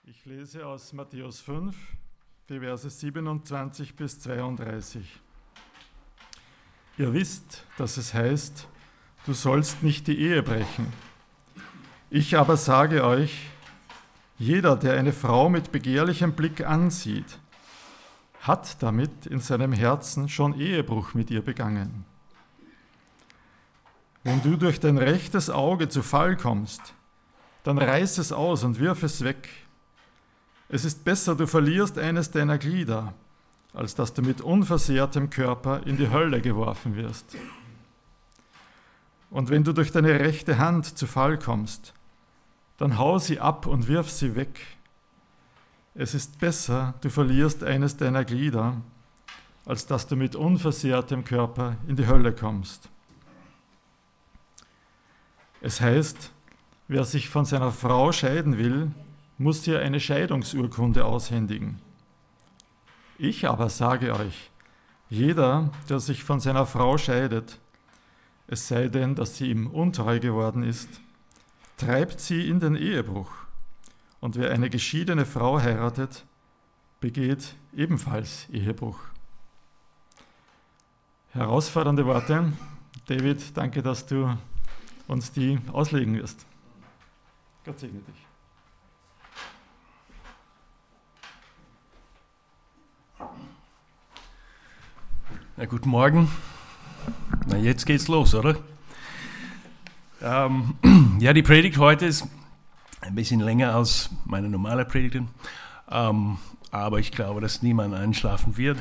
Ich lese aus Matthäus 5, die Verse 27 bis 32. Ihr wisst, dass es heißt, du sollst nicht die Ehe brechen. Ich aber sage euch, jeder, der eine Frau mit begehrlichem Blick ansieht, hat damit in seinem Herzen schon Ehebruch mit ihr begangen. Wenn du durch dein rechtes Auge zu Fall kommst, dann reiß es aus und wirf es weg. Es ist besser, du verlierst eines deiner Glieder, als dass du mit unversehrtem Körper in die Hölle geworfen wirst. Und wenn du durch deine rechte Hand zu Fall kommst, dann hau sie ab und wirf sie weg. Es ist besser, du verlierst eines deiner Glieder, als dass du mit unversehrtem Körper in die Hölle kommst. Es heißt, wer sich von seiner Frau scheiden will, muss ihr eine Scheidungsurkunde aushändigen. Ich aber sage euch, jeder, der sich von seiner Frau scheidet, es sei denn, dass sie ihm untreu geworden ist, treibt sie in den Ehebruch. Und wer eine geschiedene Frau heiratet, begeht ebenfalls Ehebruch. Herausfordernde Worte. David, danke, dass du uns die auslegen wirst. Gott segne dich. Na, guten Morgen. Na, jetzt geht's los, oder? Ja, die Predigt heute ist ein bisschen länger als meine normale Predigt, aber ich glaube, dass niemand einschlafen wird.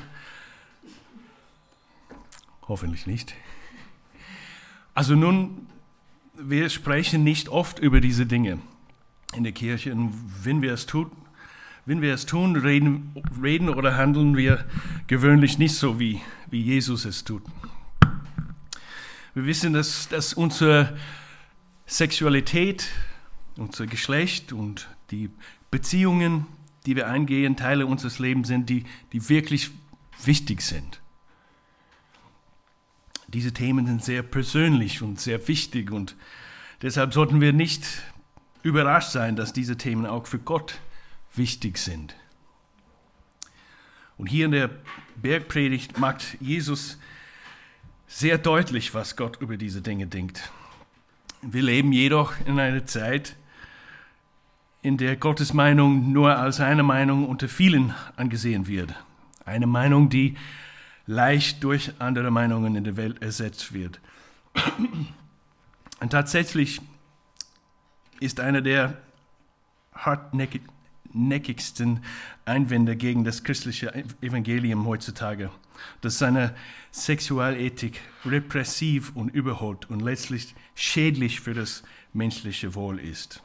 Hoffentlich nicht. Also nun, wir sprechen nicht oft über diese Dinge in der Kirche. Und wenn wir es tun, reden oder handeln wir gewöhnlich nicht so, wie Jesus es tut. Wir wissen, dass unsere Sexualität, unser Geschlecht und die Beziehungen, die wir eingehen, Teile unseres Lebens sind, die wirklich wichtig sind. Diese Themen sind sehr persönlich und sehr wichtig und deshalb sollten wir nicht überrascht sein, dass diese Themen auch für Gott wichtig sind. Und hier in der Bergpredigt macht Jesus sehr deutlich, was Gott über diese Dinge denkt. Wir leben jedoch in einer Zeit, in der Gottes Meinung nur als eine Meinung unter vielen angesehen wird. Eine Meinung, die leicht durch andere Meinungen in der Welt ersetzt wird. Und tatsächlich ist einer der hartnäckigsten Einwände gegen das christliche Evangelium heutzutage, dass seine Sexualethik repressiv und überholt und letztlich schädlich für das menschliche Wohl ist.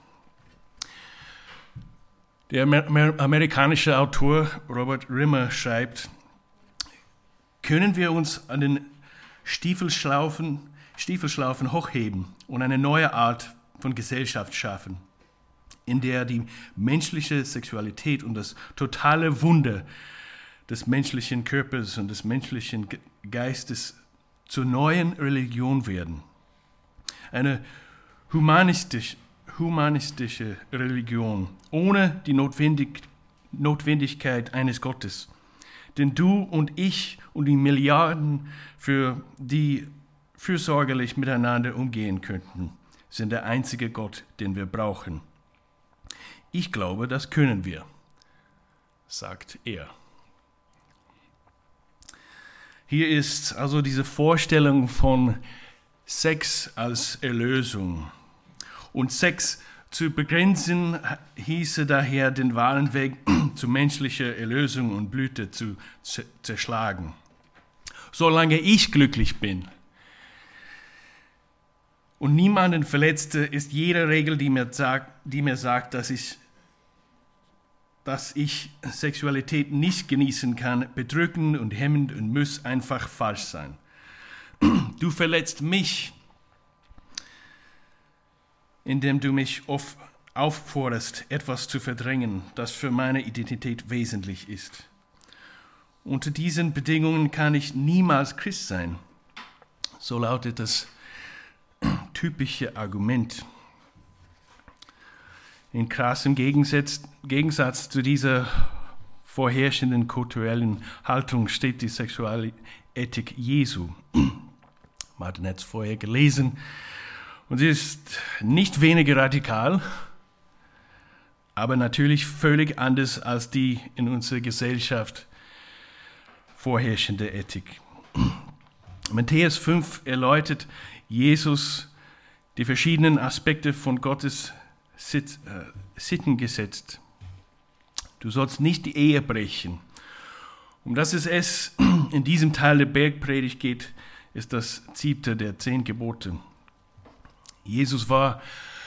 Der amerikanische Autor Robert Rimmer schreibt: Können wir uns an den Stiefelschlaufen hochheben und eine neue Art von Gesellschaft schaffen, in der die menschliche Sexualität und das totale Wunder des menschlichen Körpers und des menschlichen Geistes zur neuen Religion werden. Eine humanistische Religion ohne die Notwendigkeit eines Gottes. Denn du und ich und die Milliarden, die fürsorglich miteinander umgehen könnten, sind der einzige Gott, den wir brauchen. Ich glaube, das können wir, sagt er. Hier ist also diese Vorstellung von Sex als Erlösung. Und Sex zu begrenzen hieße daher, den wahren Weg zu menschlicher Erlösung und Blüte zu zerschlagen. Solange ich glücklich bin und niemanden verletze, ist jede Regel, die mir sagt, dass ich Sexualität nicht genießen kann, bedrückend und hemmend und muss einfach falsch sein. Du verletzt mich, indem du mich aufforderst, etwas zu verdrängen, das für meine Identität wesentlich ist. Unter diesen Bedingungen kann ich niemals Christ sein. So lautet das typische Argument. In krassem Gegensatz zu dieser vorherrschenden kulturellen Haltung steht die Sexualethik Jesu. Martin hat es vorher gelesen. Und sie ist nicht weniger radikal, aber natürlich völlig anders als die in unserer Gesellschaft vorherrschende Ethik. Matthäus 5 erläutert Jesus die verschiedenen Aspekte von Gottes Sittengesetz. Du sollst nicht die Ehe brechen. Um das es in diesem Teil der Bergpredigt geht, ist das 7. der 10 Gebote. Jesus war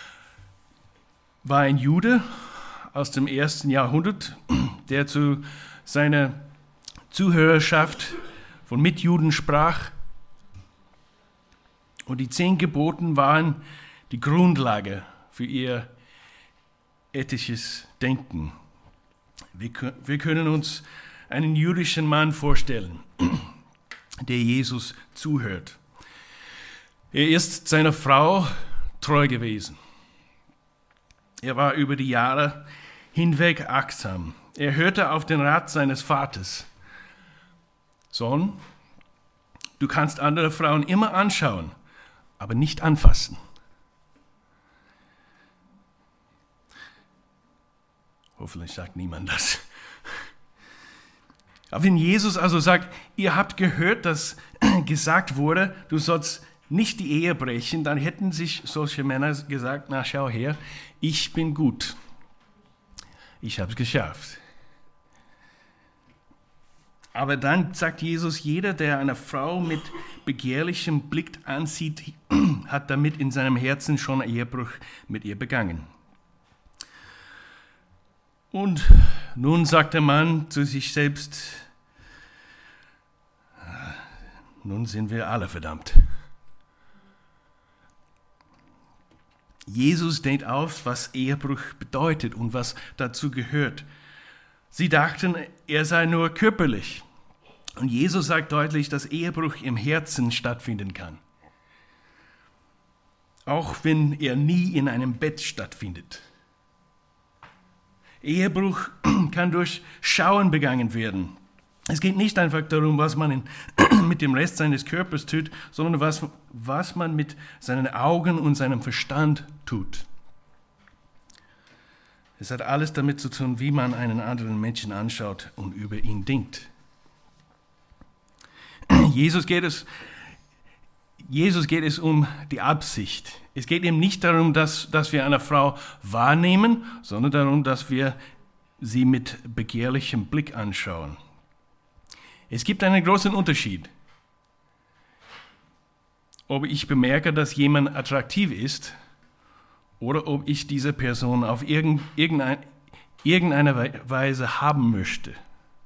ein Jude aus dem 1. Jahrhundert, der zu seiner Zuhörerschaft von Mitjuden sprach. Und die 10 Gebote waren die Grundlage für ihr ethisches Denken. Wir können uns einen jüdischen Mann vorstellen, der Jesus zuhört. Er ist seiner Frau treu gewesen. Er war über die Jahre hinweg achtsam. Er hörte auf den Rat seines Vaters. Sohn, du kannst andere Frauen immer anschauen, aber nicht anfassen. Hoffentlich sagt niemand das. Aber wenn Jesus also sagt, ihr habt gehört, dass gesagt wurde, du sollst nicht die Ehe brechen, dann hätten sich solche Männer gesagt, na schau her, ich bin gut. Ich habe es geschafft. Aber dann sagt Jesus, jeder, der eine Frau mit begehrlichem Blick ansieht, hat damit in seinem Herzen schon Ehebruch mit ihr begangen. Und nun sagt der Mann zu sich selbst, nun sind wir alle verdammt. Jesus denkt auf, was Ehebruch bedeutet und was dazu gehört. Sie dachten, er sei nur körperlich. Und Jesus sagt deutlich, dass Ehebruch im Herzen stattfinden kann. Auch wenn er nie in einem Bett stattfindet. Ehebruch kann durch Schauen begangen werden. Es geht nicht einfach darum, was man mit dem Rest seines Körpers tut, sondern was man mit seinen Augen und seinem Verstand tut. Es hat alles damit zu tun, wie man einen anderen Menschen anschaut und über ihn denkt. Jesus geht es um die Absicht. Es geht ihm nicht darum, dass wir eine Frau wahrnehmen, sondern darum, dass wir sie mit begehrlichem Blick anschauen. Es gibt einen großen Unterschied, ob ich bemerke, dass jemand attraktiv ist oder ob ich diese Person auf irgendeine Weise haben möchte.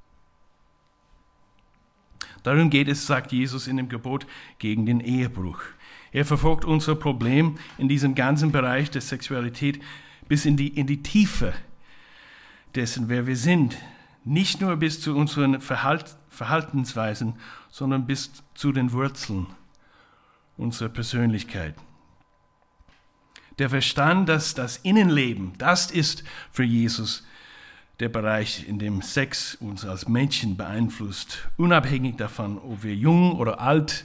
Darum geht es, sagt Jesus in dem Gebot, gegen den Ehebruch. Er verfolgt unser Problem in diesem ganzen Bereich der Sexualität bis in die Tiefe dessen, wer wir sind. Nicht nur bis zu unseren Verhaltensweisen, sondern bis zu den Wurzeln unserer Persönlichkeit. Der Verstand, das Innenleben, das ist für Jesus der Bereich, in dem Sex uns als Menschen beeinflusst, unabhängig davon, ob wir jung oder alt,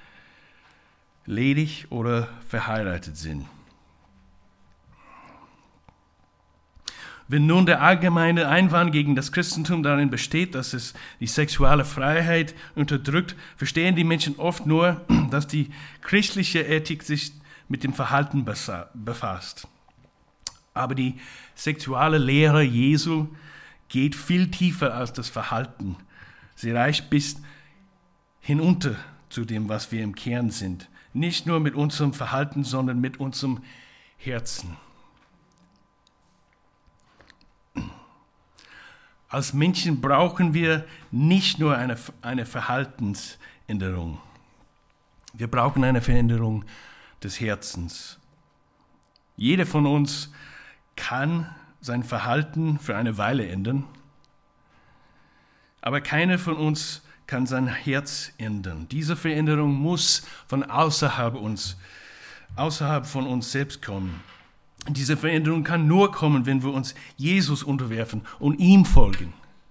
ledig oder verheiratet sind. Wenn nun der allgemeine Einwand gegen das Christentum darin besteht, dass es die sexuelle Freiheit unterdrückt, verstehen die Menschen oft nur, dass die christliche Ethik sich mit dem Verhalten befasst. Aber die sexuelle Lehre Jesu geht viel tiefer als das Verhalten. Sie reicht bis hinunter zu dem, was wir im Kern sind. Nicht nur mit unserem Verhalten, sondern mit unserem Herzen. Als Menschen brauchen wir nicht nur eine Verhaltensänderung. Wir brauchen eine Veränderung des Herzens. Jeder von uns kann sein Verhalten für eine Weile ändern, aber keiner von uns kann sein Herz ändern. Diese Veränderung muss von außerhalb von uns selbst kommen. Diese Veränderung kann nur kommen, wenn wir uns Jesus unterwerfen und ihm folgen.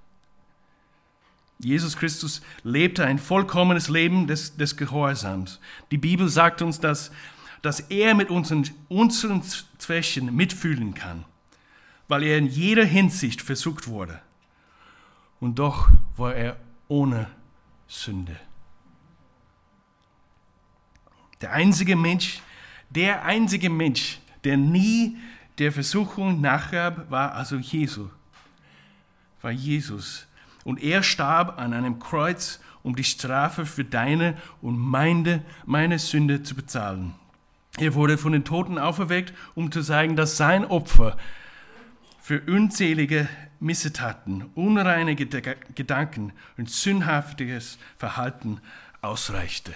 Jesus Christus lebte ein vollkommenes Leben des Gehorsams. Die Bibel sagt uns, dass er mit unseren Schwächen mitfühlen kann, weil er in jeder Hinsicht versucht wurde. Und doch war er ohne Sünde. Der einzige Mensch, der nie der Versuchung nachgab, war Jesus. Und er starb an einem Kreuz, um die Strafe für deine und meine Sünde zu bezahlen. Er wurde von den Toten auferweckt, um zu zeigen, dass sein Opfer für unzählige Missetaten, unreine Gedanken und sündhaftiges Verhalten ausreichte.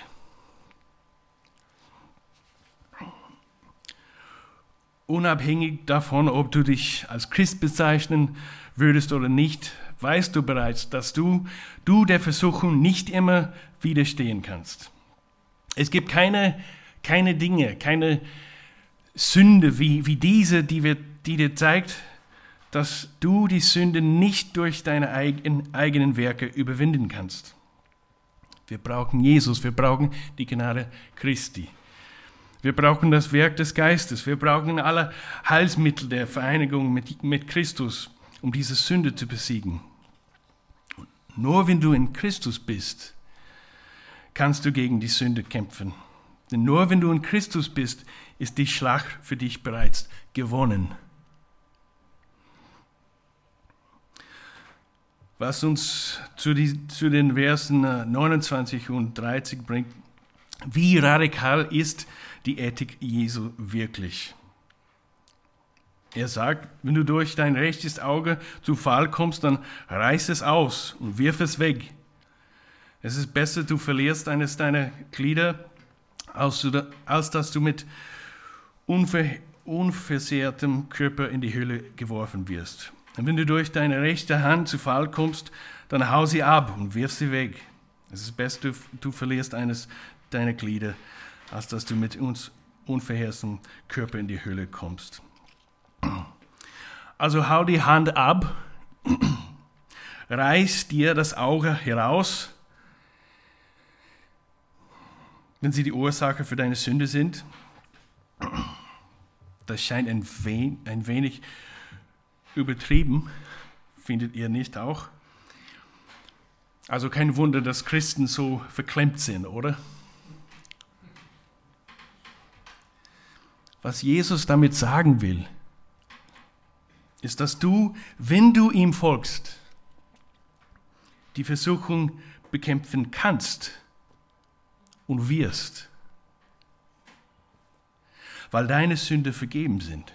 Unabhängig davon, ob du dich als Christ bezeichnen würdest oder nicht, weißt du bereits, dass du der Versuchung nicht immer widerstehen kannst. Es gibt keine Dinge, keine Sünde wie diese, die dir zeigt, dass du die Sünde nicht durch deine eigenen Werke überwinden kannst. Wir brauchen Jesus, wir brauchen die Gnade Christi. Wir brauchen das Werk des Geistes, wir brauchen alle Heilsmittel der Vereinigung mit Christus, um diese Sünde zu besiegen. Nur wenn du in Christus bist, kannst du gegen die Sünde kämpfen. Denn nur wenn du in Christus bist, ist die Schlacht für dich bereits gewonnen. Was uns zu den Versen 29 und 30 bringt, wie radikal ist die Ethik Jesu wirklich? Er sagt, wenn du durch dein rechtes Auge zu Fall kommst, dann reiß es aus und wirf es weg. Es ist besser, du verlierst eines deiner Glieder, als dass du mit unversehrtem Körper in die Hölle geworfen wirst. Und wenn du durch deine rechte Hand zu Fall kommst, dann hau sie ab und wirf sie weg. Es ist besser, du verlierst eines deiner Glieder, als dass du mit uns unversehrtem Körper in die Hölle kommst. Also hau die Hand ab, reiß dir das Auge heraus, wenn sie die Ursache für deine Sünde sind. Das scheint ein wenig übertrieben, findet ihr nicht auch? Also kein Wunder, dass Christen so verklemmt sind, oder? Was Jesus damit sagen will, ist, dass du, wenn du ihm folgst, die Versuchung bekämpfen kannst und wirst, weil deine Sünden vergeben sind.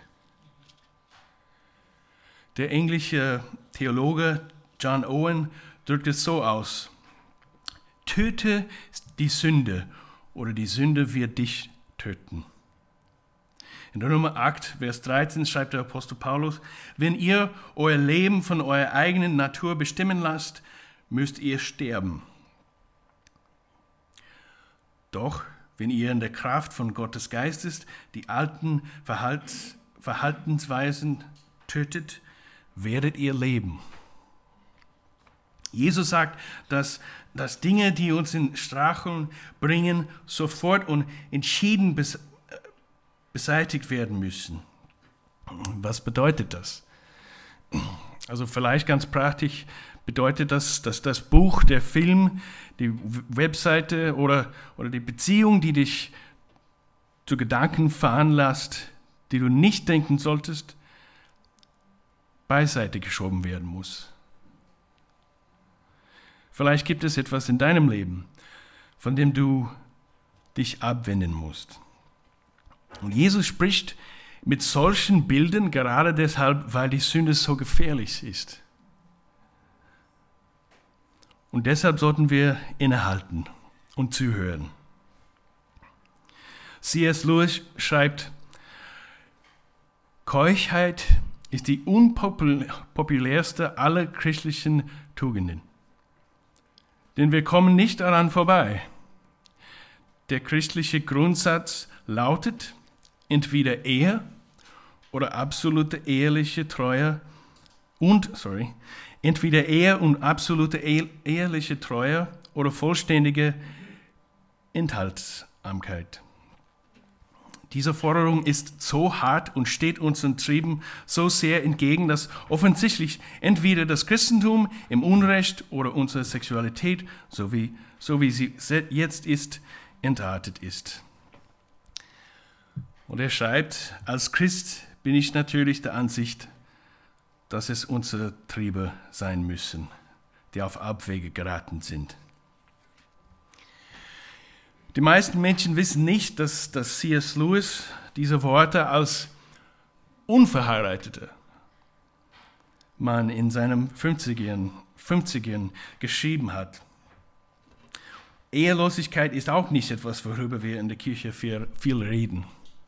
Der englische Theologe John Owen drückt es so aus: Töte die Sünde oder die Sünde wird dich töten. In der Römer 8, Vers 13 schreibt der Apostel Paulus: Wenn ihr euer Leben von eurer eigenen Natur bestimmen lasst, müsst ihr sterben. Doch wenn ihr in der Kraft von Gottes Geistes die alten Verhaltensweisen tötet, werdet ihr leben. Jesus sagt, dass Dinge, die uns in Stracheln bringen, sofort und entschieden beseitigt werden müssen. Was bedeutet das? Also vielleicht ganz praktisch bedeutet das, dass das Buch, der Film, die Webseite oder die Beziehung, die dich zu Gedanken veranlasst, die du nicht denken solltest, beiseite geschoben werden muss. Vielleicht gibt es etwas in deinem Leben, von dem du dich abwenden musst. Und Jesus spricht mit solchen Bildern gerade deshalb, weil die Sünde so gefährlich ist. Und deshalb sollten wir innehalten und zuhören. C.S. Lewis schreibt: Keuschheit ist die unpopulärste aller christlichen Tugenden. Denn wir kommen nicht daran vorbei. Der christliche Grundsatz lautet: Entweder er oder absolute eheliche Treue entweder Ehe und absolute eheliche Treue oder vollständige Enthaltsamkeit. Diese Forderung ist so hart und steht unseren Trieben so sehr entgegen, dass offensichtlich entweder das Christentum im Unrecht oder unsere Sexualität, so wie sie jetzt ist, entartet ist. Und er schreibt, als Christ bin ich natürlich der Ansicht, dass es unsere Triebe sein müssen, die auf Abwege geraten sind. Die meisten Menschen wissen nicht, dass C.S. Lewis diese Worte als unverheirateter Mann in seinen 50ern geschrieben hat. Ehelosigkeit ist auch nicht etwas, worüber wir in der Kirche viel reden.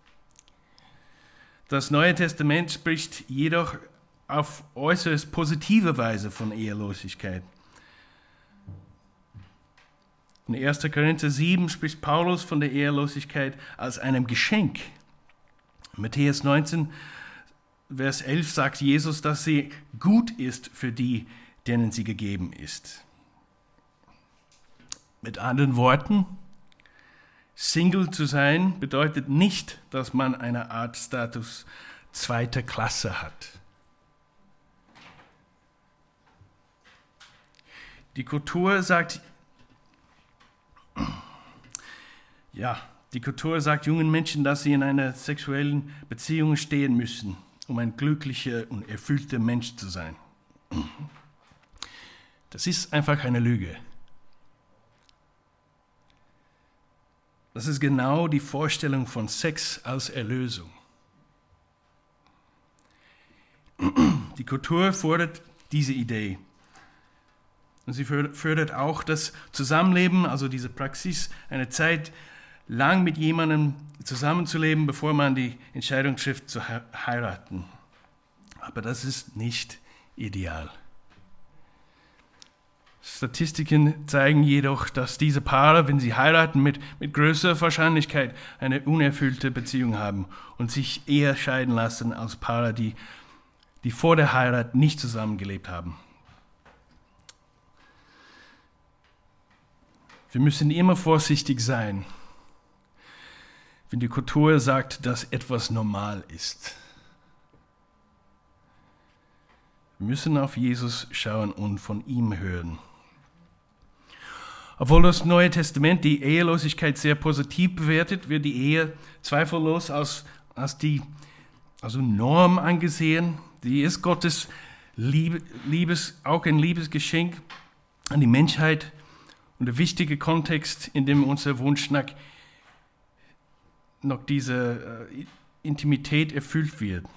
Das Neue Testament spricht jedoch auf äußerst positive Weise von Ehelosigkeit. In 1. Korinther 7 spricht Paulus von der Ehelosigkeit als einem Geschenk. In Matthäus 19, Vers 11 sagt Jesus, dass sie gut ist für die, denen sie gegeben ist. Mit anderen Worten, Single zu sein bedeutet nicht, dass man eine Art Status zweiter Klasse hat. Die Kultur sagt jungen Menschen, dass sie in einer sexuellen Beziehung stehen müssen, um ein glücklicher und erfüllter Mensch zu sein. Das ist einfach eine Lüge. Das ist genau die Vorstellung von Sex als Erlösung. Die Kultur fordert diese Idee. Und sie fördert auch das Zusammenleben, also diese Praxis, eine Zeit lang mit jemandem zusammenzuleben, bevor man die Entscheidung trifft, zu heiraten. Aber das ist nicht ideal. Statistiken zeigen jedoch, dass diese Paare, wenn sie heiraten, mit größerer Wahrscheinlichkeit eine unerfüllte Beziehung haben und sich eher scheiden lassen als Paare, die vor der Heirat nicht zusammengelebt haben. Wir müssen immer vorsichtig sein, wenn die Kultur sagt, dass etwas normal ist. Wir müssen auf Jesus schauen und von ihm hören. Obwohl das Neue Testament die Ehelosigkeit sehr positiv bewertet, wird die Ehe zweifellos als die Norm angesehen. Die ist Gottes auch ein Liebesgeschenk an die Menschheit und der wichtige Kontext, in dem unser Wunsch nach dieser Intimität erfüllt wird.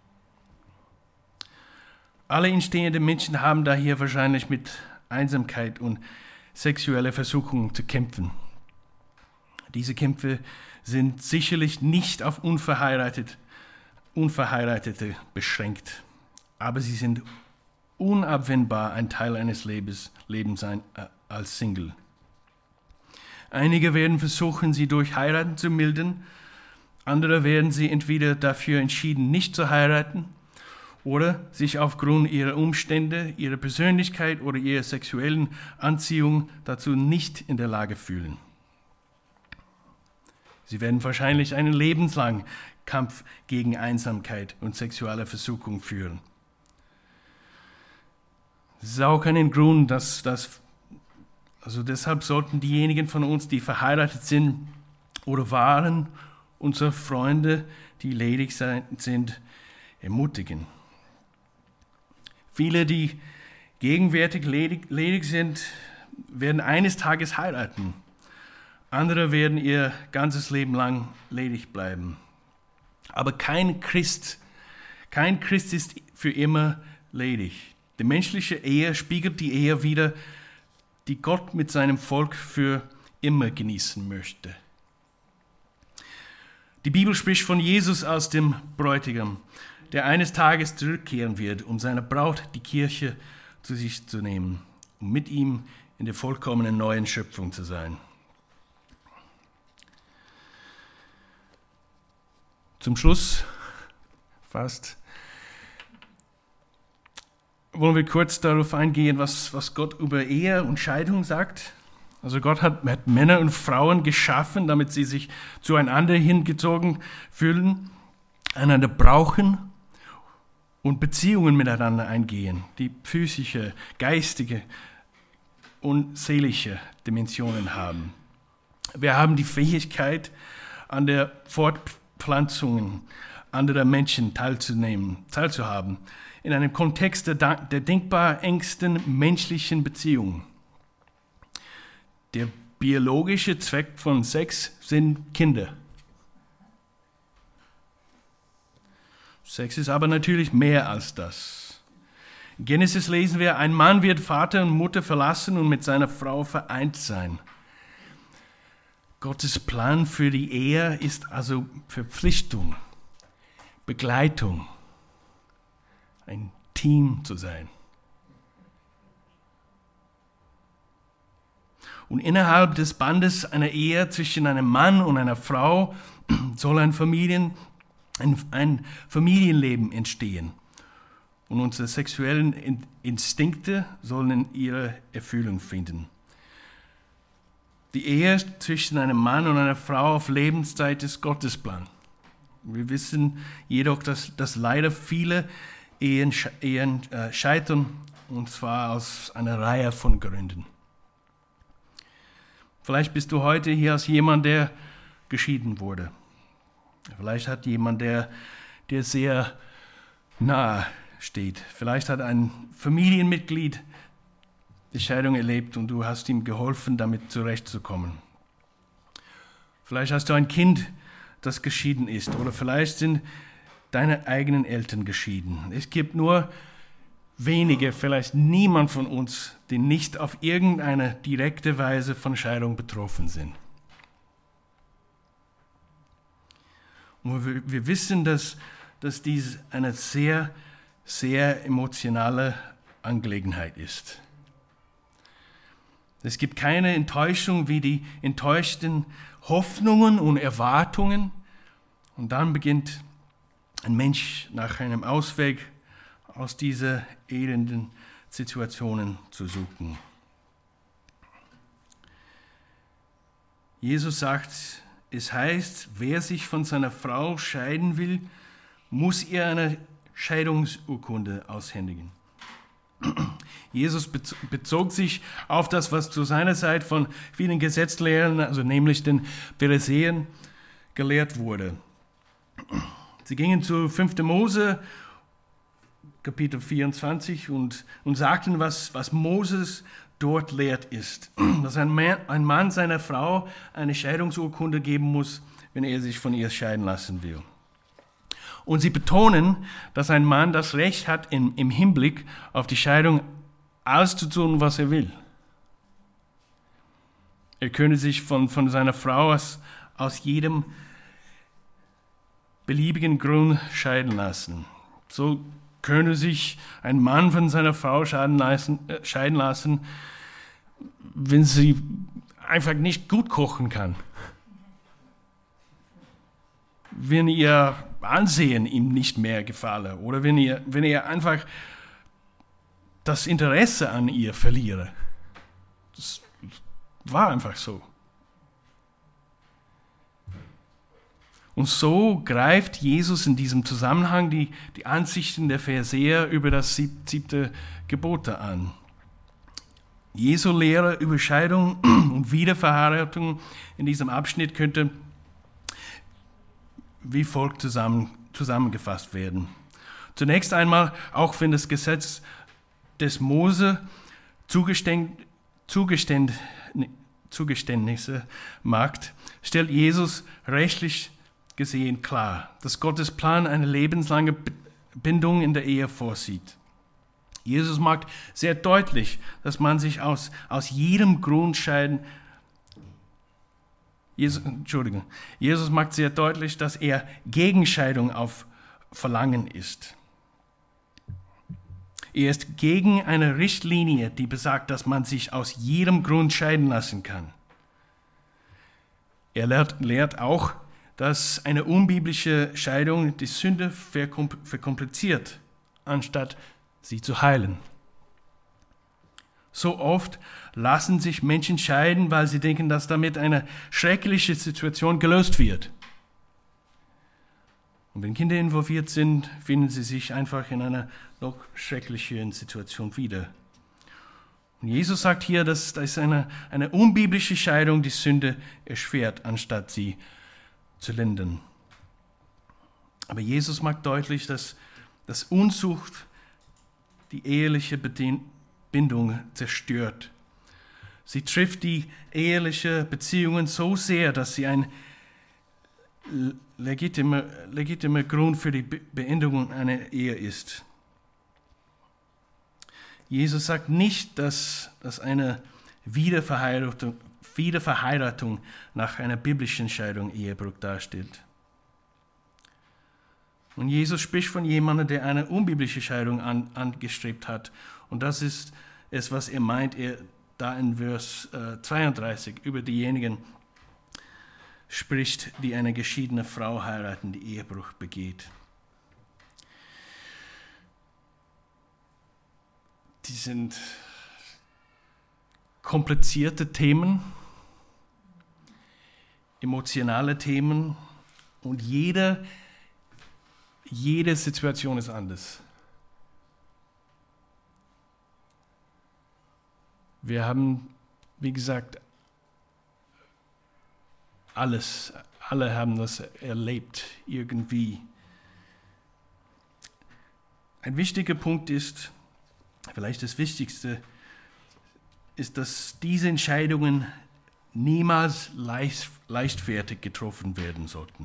Alle entstehenden Menschen haben daher wahrscheinlich mit Einsamkeit und sexueller Versuchung zu kämpfen. Diese Kämpfe sind sicherlich nicht auf Unverheiratete beschränkt, aber sie sind unabwendbar ein Teil eines Lebens als Single. Einige werden versuchen, sie durch Heiraten zu mildern, andere werden sie entweder dafür entschieden, nicht zu heiraten, oder sich aufgrund ihrer Umstände, ihrer Persönlichkeit oder ihrer sexuellen Anziehung dazu nicht in der Lage fühlen. Sie werden wahrscheinlich einen lebenslangen Kampf gegen Einsamkeit und sexuelle Versuchung führen. Es ist auch ein Grund, deshalb sollten diejenigen von uns, die verheiratet sind oder waren, unsere Freunde, die ledig sind, ermutigen. Viele, die gegenwärtig ledig sind, werden eines Tages heiraten. Andere werden ihr ganzes Leben lang ledig bleiben. Aber kein Christ ist für immer ledig. Die menschliche Ehe spiegelt die Ehe wider, die Gott mit seinem Volk für immer genießen möchte. Die Bibel spricht von Jesus als dem Bräutigam, der eines Tages zurückkehren wird, um seine Braut, die Kirche, zu sich zu nehmen, um mit ihm in der vollkommenen neuen Schöpfung zu sein. Zum Schluss fast. Wollen wir kurz darauf eingehen, was Gott über Ehe und Scheidung sagt? Also Gott hat Männer und Frauen geschaffen, damit sie sich zueinander hingezogen fühlen, einander brauchen und Beziehungen miteinander eingehen, die physische, geistige und seelische Dimensionen haben. Wir haben die Fähigkeit, an der Fortpflanzung anderer Menschen teilzuhaben, in einem Kontext der denkbar engsten menschlichen Beziehung. Der biologische Zweck von Sex sind Kinder. Sex ist aber natürlich mehr als das. In Genesis lesen wir, ein Mann wird Vater und Mutter verlassen und mit seiner Frau vereint sein. Gottes Plan für die Ehe ist also Verpflichtung, Begleitung, ein Team zu sein. Und innerhalb des Bandes einer Ehe zwischen einem Mann und einer Frau soll ein Familienleben entstehen. Und unsere sexuellen Instinkte sollen ihre Erfüllung finden. Die Ehe zwischen einem Mann und einer Frau auf Lebenszeit ist Gottes Plan. Wir wissen jedoch, dass leider viele Ehen scheitern, und zwar aus einer Reihe von Gründen. Vielleicht bist du heute hier als jemand, der geschieden wurde. Vielleicht hat jemand, der dir sehr nahe steht. Vielleicht hat ein Familienmitglied die Scheidung erlebt und du hast ihm geholfen, damit zurechtzukommen. Vielleicht hast du ein Kind, das geschieden ist, oder vielleicht sind deine eigenen Eltern geschieden. Es gibt nur wenige, vielleicht niemand von uns, die nicht auf irgendeine direkte Weise von Scheidung betroffen sind. Und wir wissen, dass dies eine sehr, sehr emotionale Angelegenheit ist. Es gibt keine Enttäuschung wie die enttäuschten Hoffnungen und Erwartungen. Und dann beginnt ein Mensch nach einem Ausweg aus dieser elenden Situationen zu suchen. Jesus sagt, es heißt, wer sich von seiner Frau scheiden will, muss ihr eine Scheidungsurkunde aushändigen. Jesus bezog sich auf das, was zu seiner Zeit von vielen Gesetzlehrern, also nämlich den Pharisäern, gelehrt wurde. Sie gingen zu 5. Mose, Kapitel 24, und sagten, was Moses dort lehrt ist. Dass ein Mann seiner Frau eine Scheidungsurkunde geben muss, wenn er sich von ihr scheiden lassen will. Und sie betonen, dass ein Mann das Recht hat, im Hinblick auf die Scheidung alles zu tun, was er will. Er könne sich von seiner Frau aus jedem beliebigen Grund scheiden lassen. So könne sich ein Mann von seiner Frau scheiden lassen, wenn sie einfach nicht gut kochen kann. Wenn ihr Ansehen ihm nicht mehr gefalle oder wenn er einfach das Interesse an ihr verliere. Das war einfach so. Und so greift Jesus in diesem Zusammenhang die Ansichten der Pharisäer über das 7. Gebot an. Jesu Lehre über Scheidung und Wiederverheiratung in diesem Abschnitt könnte wie folgt zusammengefasst werden. Zunächst einmal, auch wenn das Gesetz des Mose Zugeständnisse macht, stellt Jesus rechtlich gesehen klar, dass Gottes Plan eine lebenslange Bindung in der Ehe vorsieht. Jesus macht sehr deutlich, dass man sich aus jedem Grund scheiden. Jesus macht sehr deutlich, dass er gegen Scheidung auf Verlangen ist. Er ist gegen eine Richtlinie, die besagt, dass man sich aus jedem Grund scheiden lassen kann. Er lehrt auch, dass eine unbiblische Scheidung die Sünde verkompliziert, anstatt sie zu heilen. So oft lassen sich Menschen scheiden, weil sie denken, dass damit eine schreckliche Situation gelöst wird. Und wenn Kinder involviert sind, finden sie sich einfach in einer noch schrecklicheren Situation wieder. Und Jesus sagt hier, dass eine unbiblische Scheidung die Sünde erschwert, anstatt sie zu lindern. Aber Jesus macht deutlich, dass Unzucht die eheliche Bindung zerstört. Sie trifft die eheliche Beziehungen so sehr, dass sie ein legitimer Grund für die Beendigung einer Ehe ist. Jesus sagt nicht, dass eine Wiederverheiratung nach einer biblischen Scheidung Ehebruch darstellt. Und Jesus spricht von jemandem, der eine unbiblische Scheidung angestrebt hat. Und das ist es, was er meint, da in Vers 32 über diejenigen spricht, die eine geschiedene Frau heiraten, die Ehebruch begeht. Die sind komplizierte Themen, emotionale Themen und jede Situation ist anders. Wir haben, wie gesagt, alle haben das erlebt irgendwie. Ein wichtiger Punkt ist, vielleicht das Wichtigste, ist, dass diese Entscheidungen niemals leichtfertig getroffen werden sollten.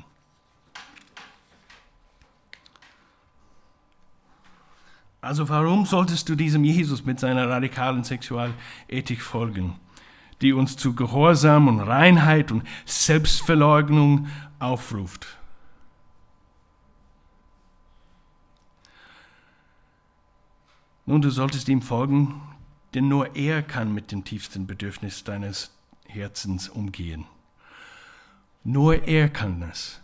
Also warum solltest du diesem Jesus mit seiner radikalen Sexualethik folgen, die uns zu Gehorsam und Reinheit und Selbstverleugnung aufruft? Nun, du solltest ihm folgen, denn nur er kann mit dem tiefsten Bedürfnis deines Herzens umgehen. Nur er kann es.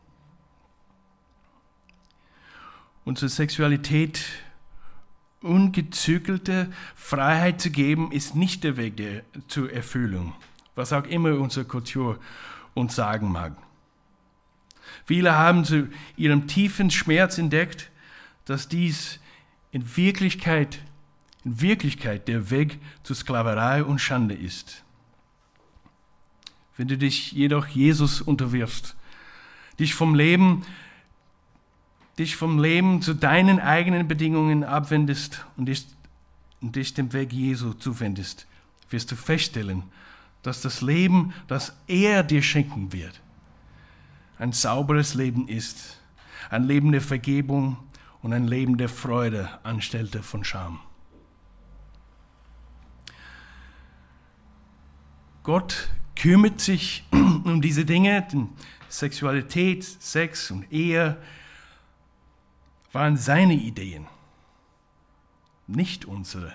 Unsere Sexualität ungezügelte Freiheit zu geben, ist nicht der Weg zur Erfüllung, was auch immer unsere Kultur uns sagen mag. Viele haben zu ihrem tiefen Schmerz entdeckt, dass dies in Wirklichkeit der Weg zur Sklaverei und Schande ist. Wenn du dich jedoch Jesus unterwirfst, dich vom Leben zu deinen eigenen Bedingungen abwendest und dich dem Weg Jesu zuwendest, wirst du feststellen, dass das Leben, das er dir schenken wird, ein sauberes Leben ist, ein Leben der Vergebung und ein Leben der Freude anstelle von Scham. Gott kümmert sich um diese Dinge, Sexualität, Sex und Ehe, waren seine Ideen, nicht unsere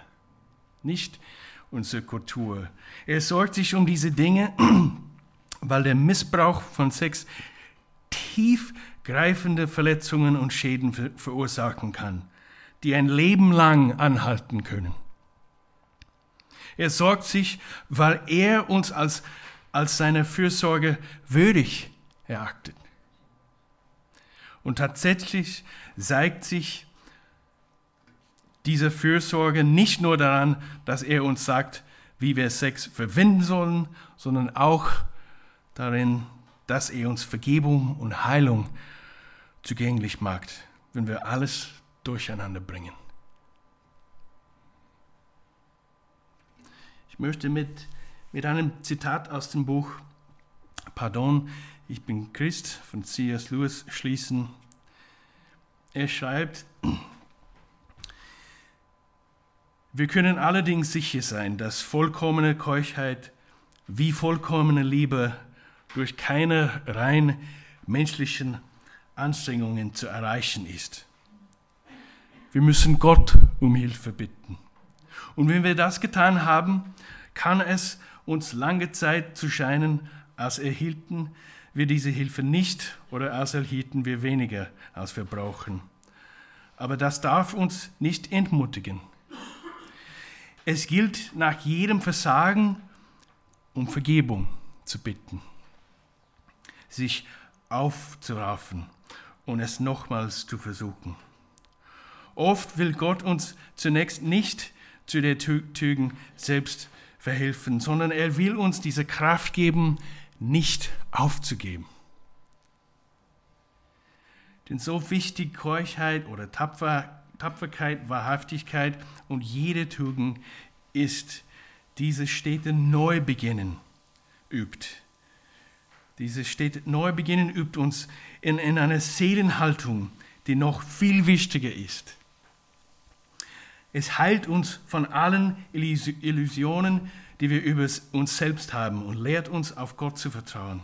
Kultur. Er sorgt sich um diese Dinge, weil der Missbrauch von Sex tiefgreifende Verletzungen und Schäden verursachen kann, die ein Leben lang anhalten können. Er sorgt sich, weil er uns als seine Fürsorge würdig erachtet. Und tatsächlich zeigt sich diese Fürsorge nicht nur daran, dass er uns sagt, wie wir Sex verwenden sollen, sondern auch darin, dass er uns Vergebung und Heilung zugänglich macht, wenn wir alles durcheinander bringen. Ich möchte mit einem Zitat aus dem Buch Pardon, ich bin Christ von C.S. Lewis schließen. Er schreibt: Wir können allerdings sicher sein, dass vollkommene Keuschheit wie vollkommene Liebe durch keine rein menschlichen Anstrengungen zu erreichen ist. Wir müssen Gott um Hilfe bitten. Und wenn wir das getan haben, kann es uns lange Zeit zu scheinen, als erhielten wir diese Hilfe nicht oder als erhielten wir weniger, als wir brauchen. Aber das darf uns nicht entmutigen. Es gilt nach jedem Versagen um Vergebung zu bitten, sich aufzuraffen und es nochmals zu versuchen. Oft will Gott uns zunächst nicht zu der Tugend selbst verhelfen, sondern er will uns diese Kraft geben, nicht aufzugeben. Denn so wichtig Keuschheit oder Tapferkeit, Wahrhaftigkeit und jede Tugend ist, diese stete Neubeginnen übt. Dieses stete Neubeginnen übt uns in einer Seelenhaltung, die noch viel wichtiger ist. Es heilt uns von allen Illusionen, die wir über uns selbst haben und lehrt uns, auf Gott zu vertrauen.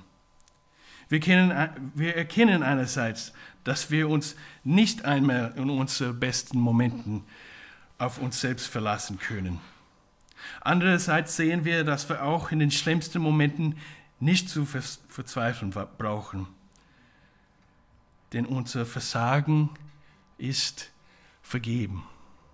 Wir erkennen einerseits, dass wir uns nicht einmal in unseren besten Momenten auf uns selbst verlassen können. Andererseits sehen wir, dass wir auch in den schlimmsten Momenten nicht zu verzweifeln brauchen. Denn unser Versagen ist vergeben.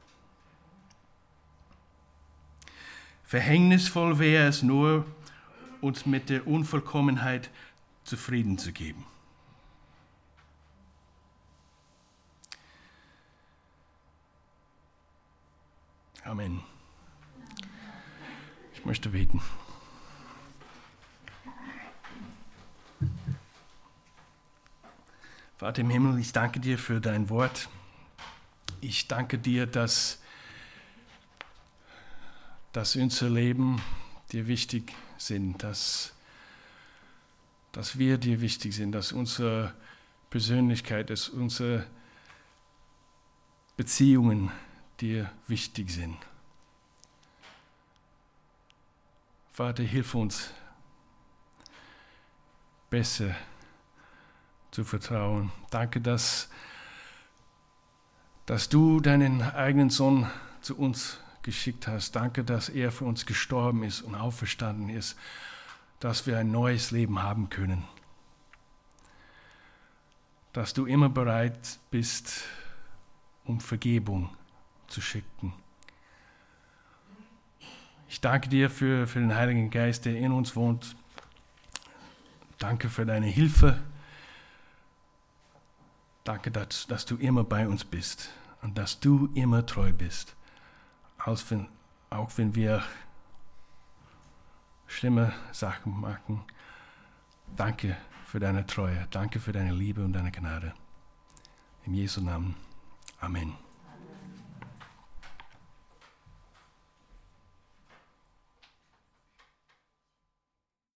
Verhängnisvoll wäre es nur, uns mit der Unvollkommenheit zufrieden zu geben. Amen. Ich möchte beten. Vater im Himmel, ich danke dir für dein Wort. Ich danke dir, dass unser Leben dir wichtig sind, dass wir dir wichtig sind, dass unsere Persönlichkeit, dass unsere Beziehungen dir wichtig sind. Vater, hilf uns, besser zu vertrauen. Danke, dass du deinen eigenen Sohn zu uns geschickt hast. Danke, dass er für uns gestorben ist und auferstanden ist, dass wir ein neues Leben haben können. Dass du immer bereit bist, um Vergebung zu schicken. Ich danke dir für den Heiligen Geist, der in uns wohnt. Danke für deine Hilfe. Danke, dass du immer bei uns bist und dass du immer treu bist. Auch wenn wir schlimme Sachen machen. Danke für deine Treue. Danke für deine Liebe und deine Gnade. Im Jesu Namen. Amen.